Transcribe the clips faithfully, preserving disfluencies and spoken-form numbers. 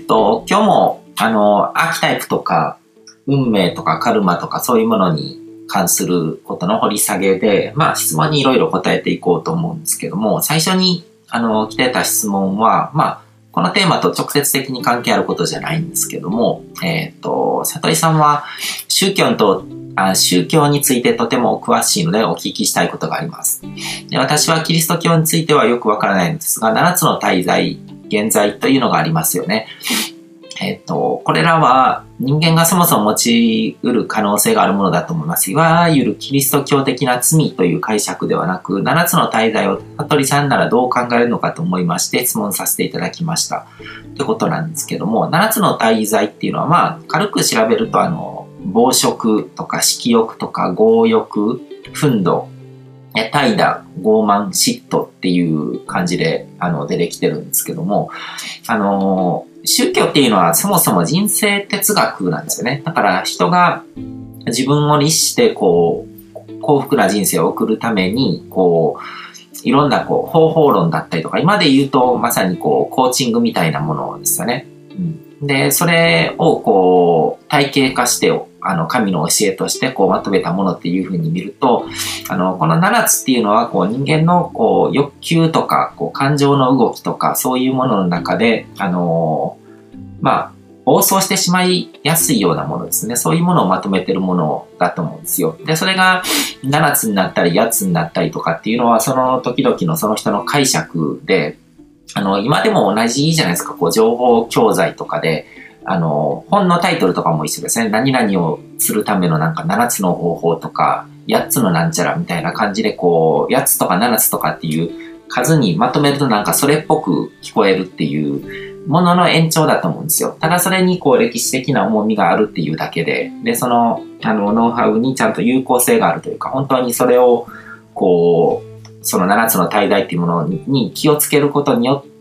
と、今日も、あの、アーキタイプとか、運命とかカルマとかそういうものに関することの掘り下げで、まあ質問にいろいろ答えていこうと思うんですけども、最初に、あの、来てた質問は、まあ、このテーマと直接的に関係あることじゃないんですけども、えっと、里井さんは宗教と、あ宗教についてとてもお詳しいのでお聞きしたいことがあります。で、私はキリスト教についてはよくわからないのですが、ななつの大罪、現在というのがありますよね。えっと、これらは人間がそもそも持ち得る可能性があるものだと思います。いわゆるキリスト教的な罪という解釈ではなく、ななつの大罪を服部さんならどう考えるのかと思いまして質問させていただきました。ということなんですけども、ななつの大罪っていうのはまあ軽く調べるとあの、暴食とか色欲とか強欲、憤怒、怠惰、傲慢、嫉妬っていう感じであの出てきてるんですけども、あの、宗教っていうのはそもそも人生哲学なんですよね。だから人が自分を律してこう幸福な人生を送るためにこういろんなこう方法論だったりとか、今で言うとまさにこうコーチングみたいなものですよね。うん、で、それをこう体系化してあの神の教えとしてこうまとめたものっていうふうに見ると、あのこのななつっていうのはこう人間のこう欲求とかこう感情の動きとかそういうものの中であのまあ暴走してしまいやすいようなものですね。そういうものをまとめてるものだと思うんですよ。で、それがななつになったりはちつになったりとかっていうのはその時々のその人の解釈で、あの今でも同じじゃないですか。こう情報教材とかであの、本のタイトルとかも一緒ですね。何々をするためのなんかななつの方法とか、やっつのなんちゃらみたいな感じでこう、やっつとかななつとかっていう数にまとめるとなんかそれっぽく聞こえるっていうものの延長だと思うんですよ。ただそれにこう歴史的な重みがあるっていうだけで、で、その、あの、ノウハウにちゃんと有効性があるというか、本当にそれをこう、そのななつの大罪っていうものに気をつけることによって、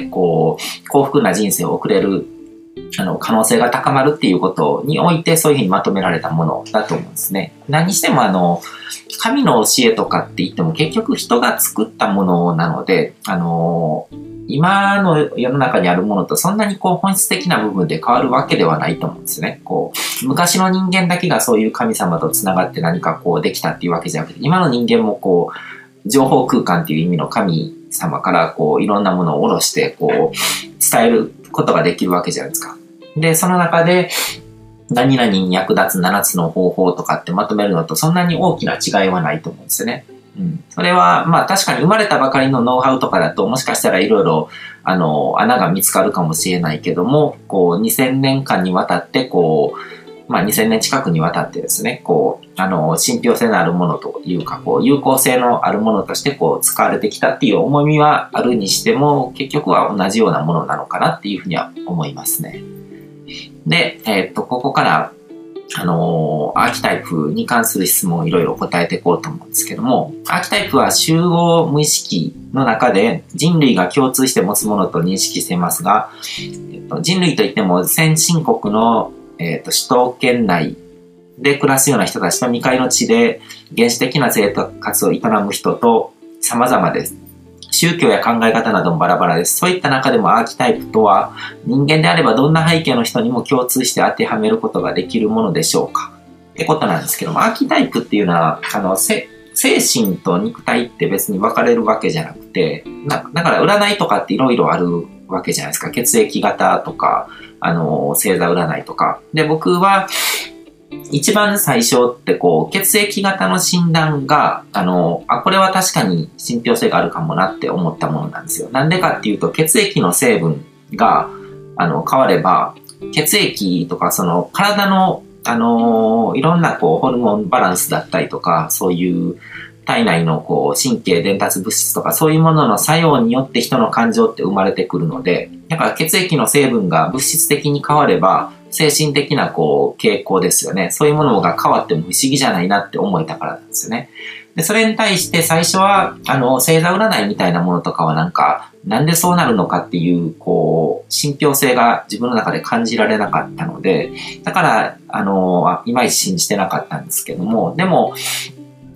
こう、幸福な人生を送れるあの、可能性が高まるっていうことにおいて、そういうふうにまとめられたものだと思うんですね。何にしてもあの、神の教えとかって言っても結局人が作ったものなので、あの、今の世の中にあるものとそんなにこう本質的な部分で変わるわけではないと思うんですね。こう、昔の人間だけがそういう神様と繋がって何かこうできたっていうわけじゃなくて、今の人間もこう、情報空間っていう意味の神様からこう、いろんなものを下ろしてこう、伝えることができるわけじゃないですか。で、その中で、何々に役立つななつの方法とかってまとめるのとそんなに大きな違いはないと思うんですよね。うん。それは、まあ確かに生まれたばかりのノウハウとかだともしかしたらいろいろ、あの、穴が見つかるかもしれないけども、こう、にせんねんかんにわたって、こう、まあにせんねん近くにわたってですね、こう、あの、信憑性のあるものというか、こう、有効性のあるものとしてこう、使われてきたっていう重みはあるにしても、結局は同じようなものなのかなっていうふうには思いますね。で、えーっと、ここから、あのー、アーキタイプに関する質問をいろいろ答えていこうと思うんですけども、アーキタイプは集合無意識の中で人類が共通して持つものと認識していますが、えっと、人類といっても先進国の、えーっと、首都圏内で暮らすような人たちと未開の地で原始的な生活を営む人と様々です。宗教や考え方などもバラバラです。そういった中でもアーキタイプとは人間であればどんな背景の人にも共通して当てはめることができるものでしょうかってことなんですけども、アーキタイプっていうのはあの精神と肉体って別に分かれるわけじゃなくて、だから占いとかっていろいろあるわけじゃないですか。血液型とか、あの星座占いとか。で、僕は一番最初ってこう、血液型の診断が、あの、あ、これは確かに信憑性があるかもなって思ったものなんですよ。なんでかっていうと、血液の成分が、あの、変われば、血液とかその体の、あの、いろんなこう、ホルモンバランスだったりとか、そういう体内のこう、神経伝達物質とか、そういうものの作用によって人の感情って生まれてくるので、だから血液の成分が物質的に変われば、精神的なこう傾向ですよね。そういうものが変わっても不思議じゃないなって思えたからなんですよね。で、それに対して最初は、あの、星座占いみたいなものとかはなんか、なんでそうなるのかっていう、こう、信憑性が自分の中で感じられなかったので、だから、あの、いまいち信じてなかったんですけども、でも、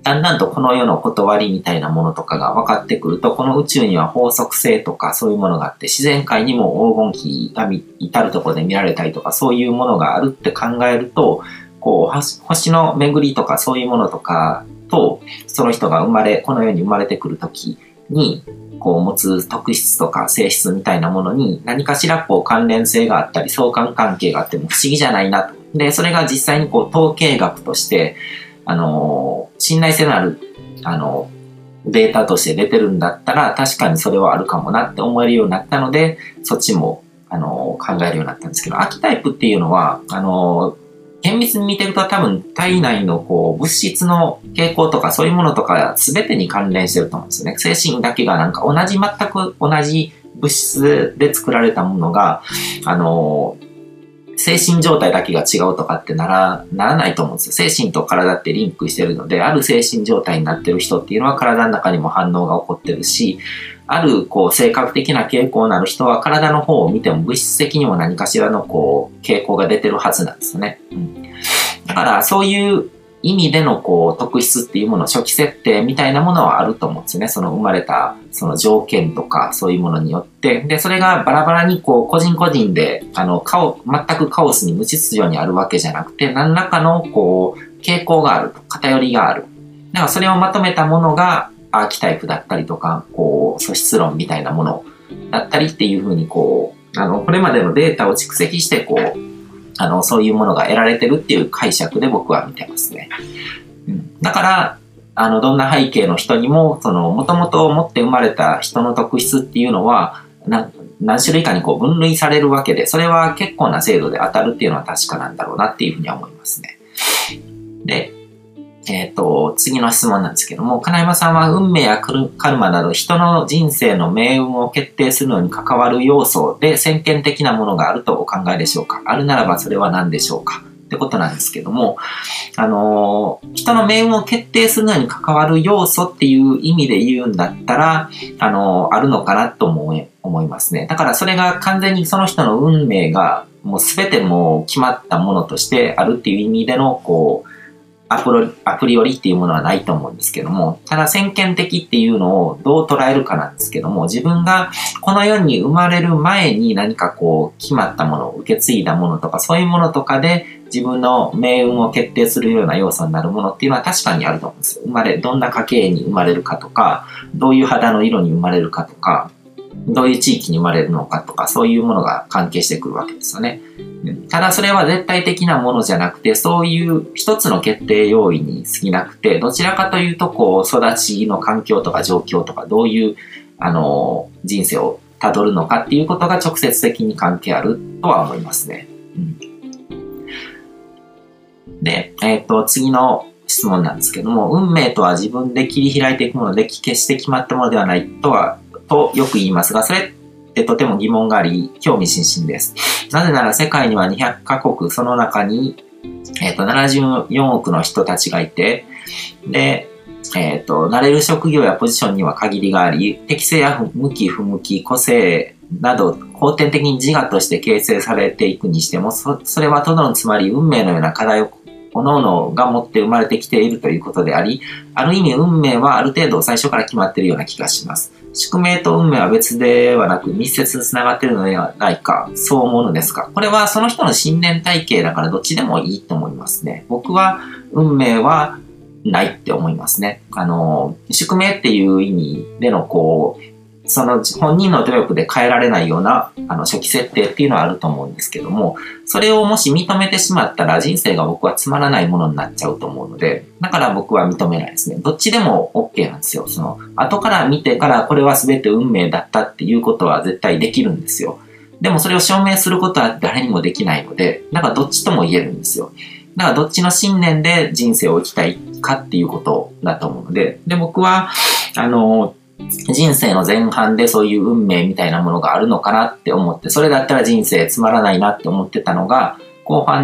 だんだんとこの世の断りみたいなものとかが分かってくると、この宇宙には法則性とかそういうものがあって、自然界にも黄金比が至るところで見られたりとか、そういうものがあるって考えると、こう、星の巡りとかそういうものとかと、その人が生まれ、この世に生まれてくるときに、こう持つ特質とか性質みたいなものに何かしらこう関連性があったり相関関係があっても不思議じゃないなと。で、それが実際にこう統計学として、あのー、信頼性のある、あのー、データとして出てるんだったら確かにそれはあるかもなって思えるようになったので、そっちも、あのー、考えるようになったんですけど、秋タイプっていうのは、あのー、厳密に見てると多分体内のこう物質の傾向とかそういうものとか全てに関連してると思うんですよね。精神だけがなんか同じ、全く同じ物質で作られたものが、あの、精神状態だけが違うとかってなら、ならないと思うんですよ。精神と体ってリンクしてるので、ある精神状態になってる人っていうのは体の中にも反応が起こってるし、あるこう性格的な傾向のある人は体の方を見ても物質的にも何かしらのこう傾向が出てるはずなんですよね。うん、だからそういう意味でのこう特質っていうもの、初期設定みたいなものはあると思うんですよね。その生まれたその条件とかそういうものによって。で、それがバラバラにこう個人個人であのカオ全くカオスに無秩序にあるわけじゃなくて、何らかのこう傾向があると、偏りがある。だからそれをまとめたものがアーキタイプだったりとか、こう、素質論みたいなものだったりっていうふうに、こう、あの、これまでのデータを蓄積して、こう、あの、そういうものが得られてるっていう解釈で僕は見てますね。うん、だから、あの、どんな背景の人にも、その、もともと持って生まれた人の特質っていうのは、な何種類かにこう分類されるわけで、それは結構な精度で当たるっていうのは確かなんだろうなっていうふうには思いますね。で、えっと、次の質問なんですけども、金山さんは運命やカルマなど人の人生の命運を決定するのに関わる要素で先見的なものがあるとお考えでしょうか？あるならばそれは何でしょうか？ってことなんですけども、あのー、人の命運を決定するのに関わる要素っていう意味で言うんだったら、あのー、あるのかなと思思いますね。だからそれが完全にその人の運命がもう全てもう決まったものとしてあるっていう意味での、こう、アプロ、アプリよりっていうものはないと思うんですけども、ただ先見的っていうのをどう捉えるかなんですけども、自分がこの世に生まれる前に何かこう決まったもの、受け継いだものとかそういうものとかで自分の命運を決定するような要素になるものっていうのは確かにあると思うんですよ。生まれ、どんな家系に生まれるかとか、どういう肌の色に生まれるかとか、どういう地域に生まれるのかとか、そういうものが関係してくるわけですよね。ただそれは絶対的なものじゃなくて、そういう一つの決定要因に過ぎなくて、どちらかというと、こう、育ちの環境とか状況とか、どういう、あの、人生をたどるのかっていうことが直接的に関係あるとは思いますね。うん、で、えっと、次の質問なんですけども、運命とは自分で切り開いていくもので、決して決まったものではないとは、とよく言いますが、それってとても疑問があり、興味津々です。なぜなら世界にはにひゃくカ国、その中に、えっと、ななじゅうよんおくの人たちがいて、で、えっと、なれる職業やポジションには限りがあり、適性や向き不向き、個性など、後天的に自我として形成されていくにしても、そ, それはとどのつまり運命のような課題を各々が持って生まれてきているということであり、ある意味運命はある程度最初から決まっているような気がします。宿命と運命は別ではなく密接につながっているのではないか、そう思うのですか？これはその人の信念体系だからどっちでもいいと思いますね。僕は運命はないって思いますね。あの、宿命っていう意味でのこう、その本人の努力で変えられないようなあの初期設定っていうのはあると思うんですけども、それをもし認めてしまったら人生が僕はつまらないものになっちゃうと思うので、だから僕は認めないですね。どっちでも OK なんですよ。その後から見てからこれは全て運命だったっていうことは絶対できるんですよ。でもそれを証明することは誰にもできないので、だからどっちとも言えるんですよ。だからどっちの信念で人生を生きたいかっていうことだと思うので、で僕はあの人生の前半でそういう運命みたいなものがあるのかなって思って、それだったら人生つまらないなって思ってたのが、後半、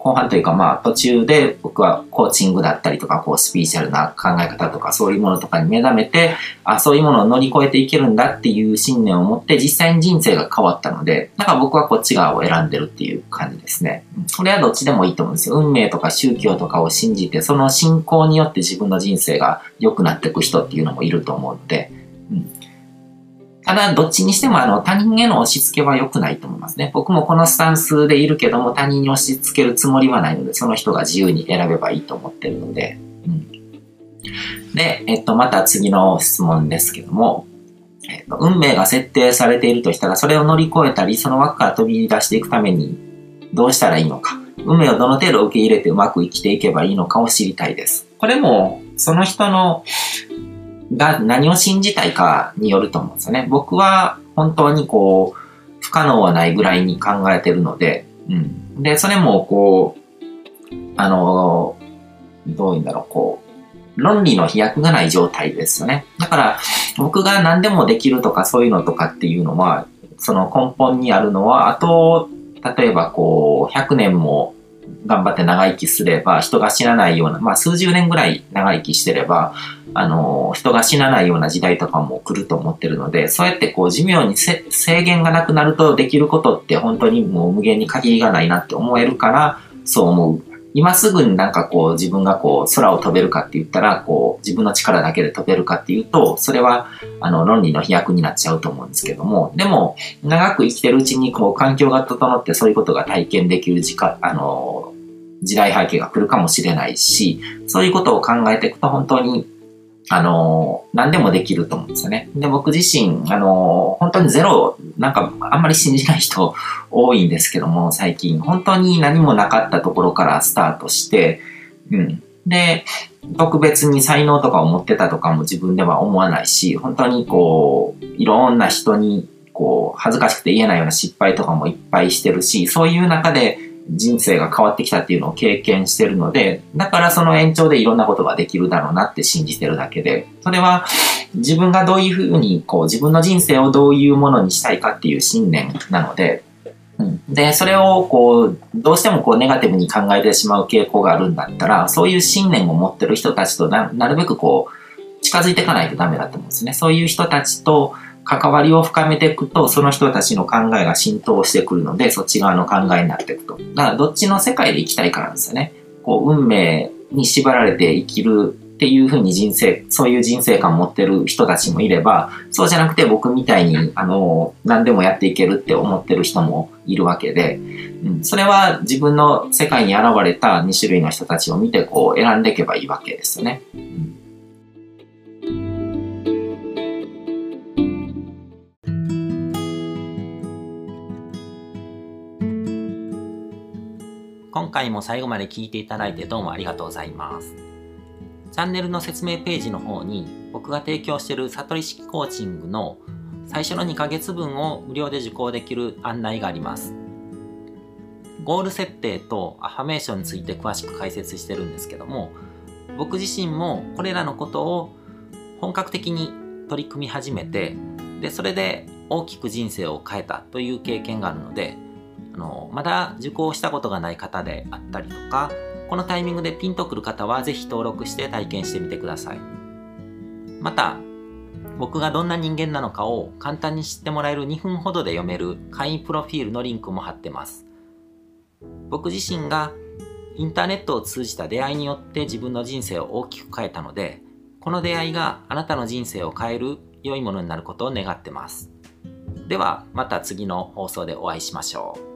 後半というかまあ途中で僕はコーチングだったりとか、こうスピリチュアルな考え方とかそういうものとかに目覚めて、あ、そういうものを乗り越えていけるんだっていう信念を持って実際に人生が変わったので、だから僕はこっち側を選んでるっていう感じですね。これはどっちでもいいと思うんですよ。運命とか宗教とかを信じて、その信仰によって自分の人生が良くなっていく人っていうのもいると思うので、うん、ただ、どっちにしてもあの他人への押し付けは良くないと思いますね。僕もこのスタンスでいるけども、他人に押し付けるつもりはないので、その人が自由に選べばいいと思ってるので。うん、で、えっと、また次の質問ですけども、えっと、運命が設定されているとしたら、それを乗り越えたり、その枠から飛び出していくためにどうしたらいいのか。運命をどの程度受け入れてうまく生きていけばいいのかを知りたいです。これも、その人のが何を信じたいかによると思うんですよね。僕は本当にこう、不可能はないぐらいに考えてるので、うん。で、それもこう、あの、どういうんだろう、こう、論理の飛躍がない状態ですよね。だから、僕が何でもできるとかそういうのとかっていうのは、その根本にあるのは、あと、例えばこう、ひゃくねんも頑張って長生きすれば、人が死なないような、まあ数十年ぐらい長生きしてれば、あの、人が死なないような時代とかも来ると思ってるので、そうやってこう寿命に制限がなくなるとできることって本当にもう無限に限りがないなって思えるから、そう思う。今すぐになんかこう自分がこう空を飛べるかって言ったら、こう自分の力だけで飛べるかっていうと、それはあの論理の飛躍になっちゃうと思うんですけども、でも長く生きてるうちにこう環境が整ってそういうことが体験できる時間、あの、時代背景が来るかもしれないし、そういうことを考えていくと本当にあの、何でもできると思うんですよね。で、僕自身、あの、本当にゼロ、なんかあんまり信じない人多いんですけども、最近、本当に何もなかったところからスタートして、うん。で、特別に才能とかを持ってたとかも自分では思わないし、本当にこう、いろんな人に、こう、恥ずかしくて言えないような失敗とかもいっぱいしてるし、そういう中で、人生が変わってきたっていうのを経験してるので、だからその延長でいろんなことができるだろうなって信じてるだけで、それは自分がどういうふうに、こう自分の人生をどういうものにしたいかっていう信念なので、うん、で、それをこう、どうしてもこうネガティブに考えてしまう傾向があるんだったら、そういう信念を持ってる人たちと な, なるべくこう、近づいていかないとダメだと思うんですね。そういう人たちと関わりを深めていくと、その人たちの考えが浸透してくるので、そっち側の考えになっていくと。だからどっちの世界で生きたいかなんですよね。こう、運命に縛られて生きるっていうふうに人生、そういう人生観を持ってる人たちもいれば、そうじゃなくて僕みたいに、あの、何でもやっていけるって思ってる人もいるわけで、うん、それは自分の世界に現れたに種類の人たちを見て、こう、選んでいけばいいわけですよね。うん、今回も最後まで聞いていただいてどうもありがとうございます。チャンネルの説明ページの方に僕が提供している悟り式コーチングの最初のにかげつぶんを無料で受講できる案内があります。ゴール設定とアファメーションについて詳しく解説してるんですけども、僕自身もこれらのことを本格的に取り組み始めて、でそれで大きく人生を変えたという経験があるので、あのまだ受講したことがない方であったりとか、このタイミングでピンとくる方はぜひ登録して体験してみてください。また、僕がどんな人間なのかを簡単に知ってもらえるにふんほどで読める会員プロフィールのリンクも貼ってます。僕自身がインターネットを通じた出会いによって自分の人生を大きく変えたので、この出会いがあなたの人生を変える良いものになることを願ってます。ではまた次の放送でお会いしましょう。